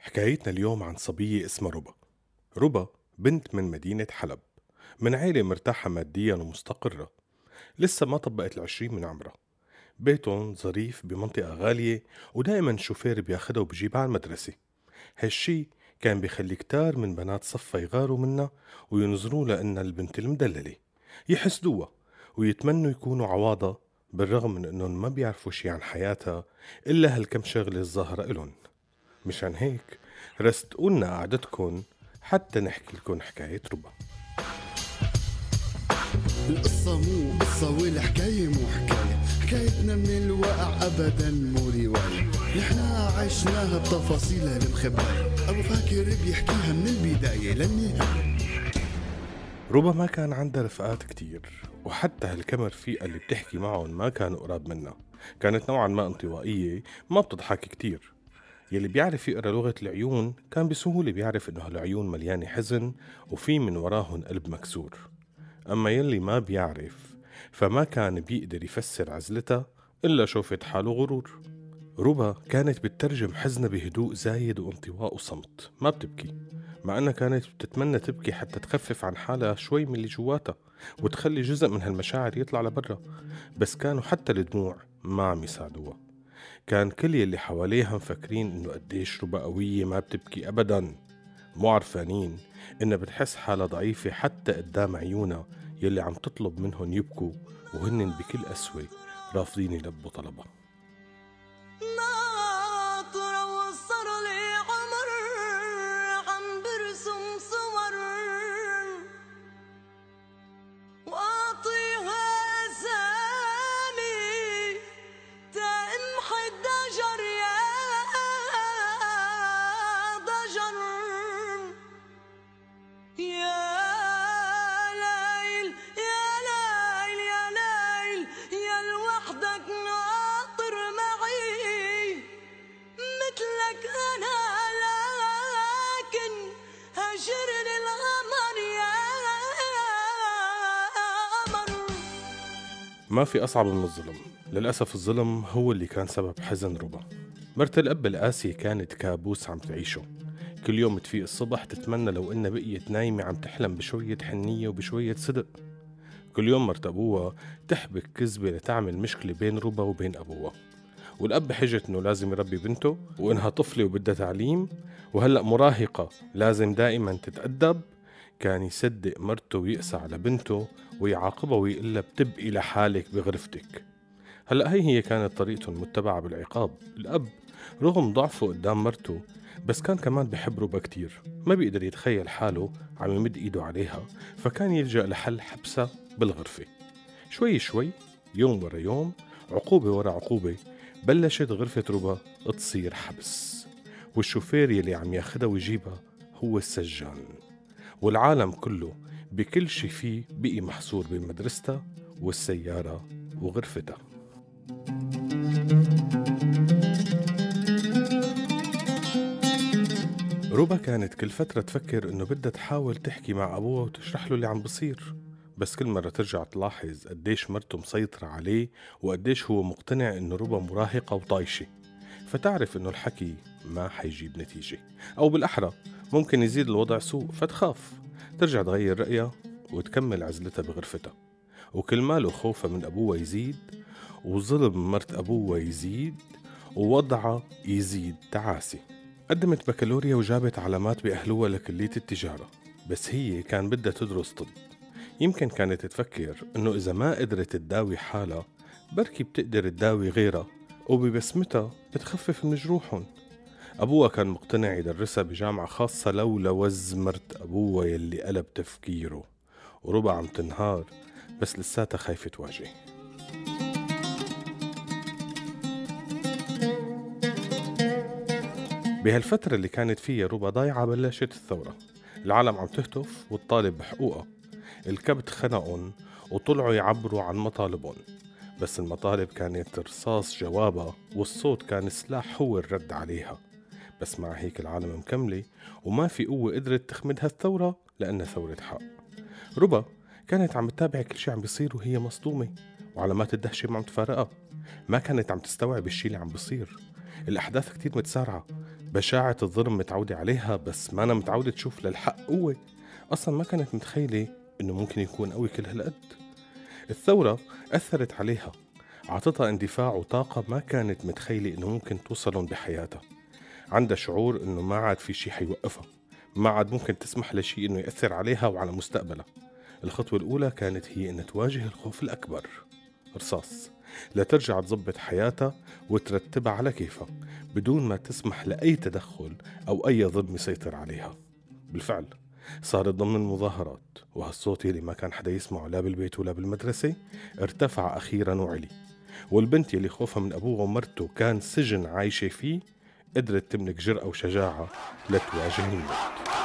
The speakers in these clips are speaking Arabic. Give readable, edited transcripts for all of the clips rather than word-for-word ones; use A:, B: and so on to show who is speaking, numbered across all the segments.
A: حكايتنا اليوم عن صبية اسمها ربا. ربا بنت من مدينة حلب، من عيلة مرتاحة ماديا ومستقرة. لسه ما طبقت العشرين من عمرها. بيتهم ظريف بمنطقة غالية، ودائما شوفير بياخدها وبجيبها على المدرسة. هالشي كان بيخلي كتار من بنات صفها يغاروا منها وينظروا لأنها البنت المدللة، يحسدوها ويتمنوا يكونوا عواضة، بالرغم من أنهم ما بيعرفوا شي عن حياتها إلا هالكم شغلة الظاهرة إلهم. مشان هيك رستقولنا قعدتكن حتى نحكي لكم حكاية ربا.
B: القصة مو قصة والحكاية مو حكاية، حكايتنا من الواقع أبدا مو رواية، نحنا عشناها بتفاصيلها المخباية، أبو فاكر بيحكيها من البداية للنهاية.
A: ربا ما كان عندها رفقات كتير، وحتى هالكم رفيقة اللي بتحكي معهم ما كانوا قراب منها. كانت نوعا ما انطوائية، ما بتضحك كتير. يلي بيعرف يقرأ لغة العيون كان بسهولة بيعرف إنه هالعيون مليانة حزن وفي من وراهن قلب مكسور. أما يلي ما بيعرف فما كان بيقدر يفسر عزلتها إلا شوفت حاله غرور. ربا كانت بتترجم حزنها بهدوء زايد وانطواء وصمت، ما بتبكي، مع أنها كانت بتتمنى تبكي حتى تخفف عن حالها شوي من اللي جواتها وتخلي جزء من هالمشاعر يطلع لبرا. بس كانوا حتى الدموع ما عم يساعدوها. كان كل يلي حواليها مفكرين إنه قديش ربا قوية ما بتبكي أبدا، مو عرفانين إنها بتحس حالها ضعيفة حتى قدام عيونها يلي عم تطلب منهم يبكوا، وهن بكل قسوة رافضين يلبوا طلبها.
C: ناطرة وصار لي عمر عم برسم صور وأعطيها أسامي تمحي الضجر يا ضجر يا ليل يا ليل يا ليل يا لوحدك ناطر معي مثلك أنا لكن هجرني القمر يا قمر.
A: ما في أصعب من الظلم. للأسف الظلم هو اللي كان سبب حزن ربا. مرت الأب القاسية كانت كابوس عم تعيشه. كل يوم تفيق الصبح تتمنى لو إنها بقيت نايمة عم تحلم بشوية حنية وبشوية صدق. كل يوم مرت أبوها تحبك كذبة لتعمل مشكلة بين ربا وبين أبوها. والأب حجت إنه لازم يربي بنته وإنها طفلة وبدها تعليم، وهلأ مراهقة لازم دائما تتأدب. كان يصدق مرته ويقسى على بنته ويعاقبها ويقلها بتبقي لحالك بغرفتك. هلأ هي كانت طريقته المتبعة بالعقاب. الأب رغم ضعفه قدام مرته بس كان كمان بحب ربا كتير، ما بيقدر يتخيل حاله عم يمد إيده عليها، فكان يلجأ لحل حبسها بالغرفة. شوي شوي، يوم ورا يوم، عقوبة ورا عقوبة، بلشت غرفة ربا تصير حبس، والشوفير يلي عم ياخدها ويجيبها هو السجان. والعالم كله بكل شي فيه بقي محصور بين مدرستها والسيارة وغرفتها. روبا كانت كل فترة تفكر إنه بدها تحاول تحكي مع أبوها وتشرح له اللي عم بصير، بس كل مرة ترجع تلاحظ قديش مرته مسيطرة عليه وقديش هو مقتنع إنه روبا مراهقة وطايشة، فتعرف إنه الحكي ما حيجيب نتيجة، أو بالأحرى ممكن يزيد الوضع سوء، فتخاف ترجع تغير رأيها وتكمل عزلتها بغرفتها. وكل ماله خوفها من أبوها يزيد، وظلم مرت أبوها يزيد، ووضعها يزيد تعاسي. قدمت بكالوريا وجابت علامات بأهلوها لكلية التجارة، بس هي كان بدها تدرس طب. يمكن كانت تفكر إنه إذا ما قدرت تداوي حالها بركي بتقدر تداوي غيرها، وببسمتها بتخفف من جروحهم. أبوها كان مقتنع يدرسها بجامعة خاصة لولا وز مرت أبوها يلي قلب تفكيره. وربع عم تنهار بس لساتها خايفة تواجه. بهالفترة اللي كانت فيها ربا ضايعة بلشت الثورة. العالم عم تهتف وتطالب بحقوقها. الكبت خنقهم وطلعوا يعبروا عن مطالبهم، بس المطالب كانت رصاص جوابها، والصوت كان سلاح هو الرد عليها. بس مع هيك العالم مكملة وما في قوة قدرت تخمدها الثورة لأنها ثورة حق. ربا كانت عم تتابع كل شي عم بيصير وهي مصدومة، وعلامات الدهشة ما عم تفارقها. ما كانت عم تستوعب الشي اللي عم بيصير. الأحداث كتير متسارعة، بشاعة الظلم متعودة عليها، بس ما أنا متعودة تشوف للحق قوة. أصلا ما كانت متخيلة إنه ممكن يكون قوي كل هالقد. الثورة أثرت عليها، عطتها اندفاع وطاقة ما كانت متخيلة إنه ممكن توصلهم بحياتها. عندها شعور إنه ما عاد في شي حيوقفها، ما عاد ممكن تسمح لشي إنه يأثر عليها وعلى مستقبلها. الخطوة الأولى كانت هي إن تواجه الخوف الأكبر، رصاص، لترجع تضبط حياتها وترتبها على كيفها بدون ما تسمح لأي تدخل أو أي ظلم يسيطر عليها. بالفعل صارت ضمن المظاهرات، وهالصوت يلي ما كان حدا يسمعه لا بالبيت ولا بالمدرسة ارتفع أخيرا وعلي. والبنت يلي خوفها من أبوها ومرته كان سجن عايشة فيه قدرت تملك جرأة وشجاعة لتواجه الموت.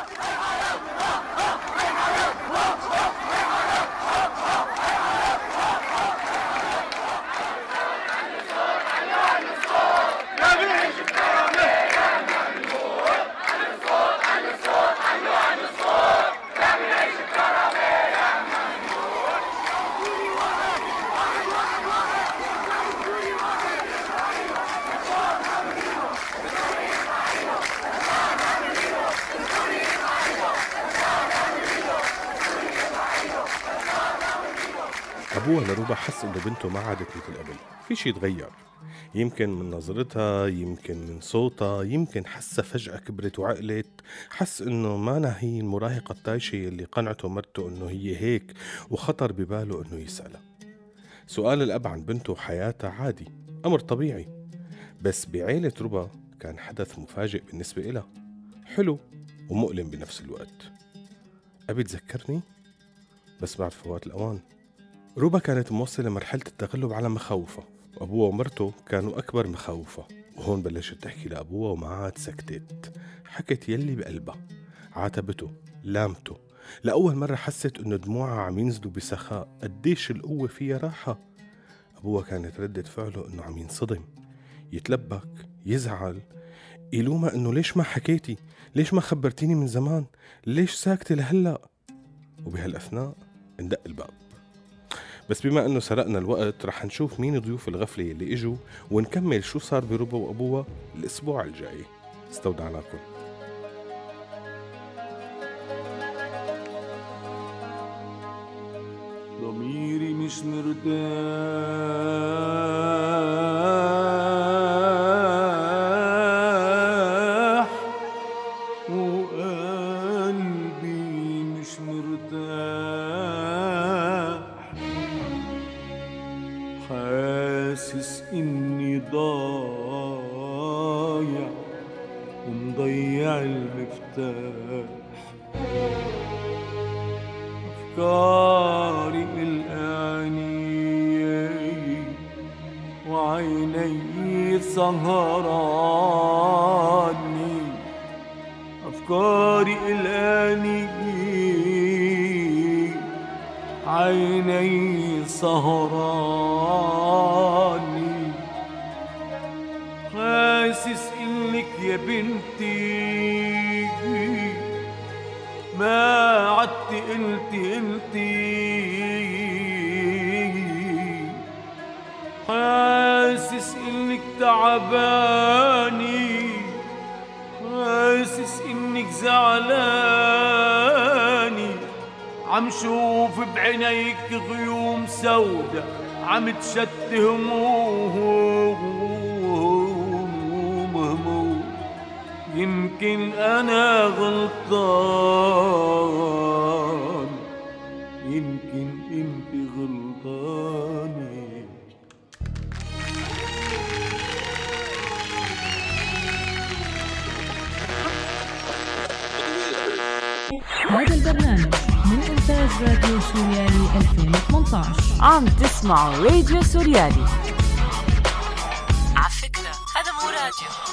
A: أبوها لروبا حس إنه بنته ما عادت مثل قبل، في شي تغير، يمكن من نظرتها، يمكن من صوتها، يمكن حسها فجأة كبرت وعقلت. حس إنه ما هي المراهقة الطايشة اللي قنعته مرته إنه هي هيك، وخطر بباله إنه يسألها. سؤال الأب عن بنته وحياتها عادي، أمر طبيعي، بس بعيلة روبا كان حدث مفاجئ بالنسبة إلها، حلو ومؤلم بنفس الوقت. أبي تذكرني؟ بس بعد فوات الأوان. روبا كانت موصلة لمرحلة التغلب على مخاوفها، وأبوها ومرته كانوا أكبر مخاوفها. وهون بلشت تحكي لأبوها وما عاد سكتت، حكت يلي بقلبها، عاتبته، لامته. لأول مرة حست إنه دموعها عم ينزلوا بسخاء، قديش القوة فيها راحة. أبوها كانت ردة فعله إنه عم ينصدم، يتلبك، يزعل، يلومها إنه ليش ما حكيتي، ليش ما خبرتيني من زمان، ليش ساكتة لهلأ. وبهالأثناء اندق الباب. بس بما انه سرقنا الوقت رح نشوف مين ضيوف الغفلة اللي اجوا، ونكمل شو صار بروبا وابوها الاسبوع الجاي. استودعناكم.
D: ضميري مش مرتاح وقلبي مش مرتاح، حاسس إني ضايع ومضيع المفتاح. أفكاري الآنية وعيني سهراني، أفكاري الآنية عيني سهراني. حاسس إنك يا بنتي ما عدت قلتي، حاسس إنك تعباني، حاسس إنك زعلاني. عم شوف بعينيك غيوم سودا عم تشت هموم. يمكن أنا غلطان، يمكن أنت غلطانة.
E: هذا البرنامج من إنتاج راديو سوريالي 2018.
F: عم تسمعوا راديو سوريالي.
E: على فكرة هذا مو راديو.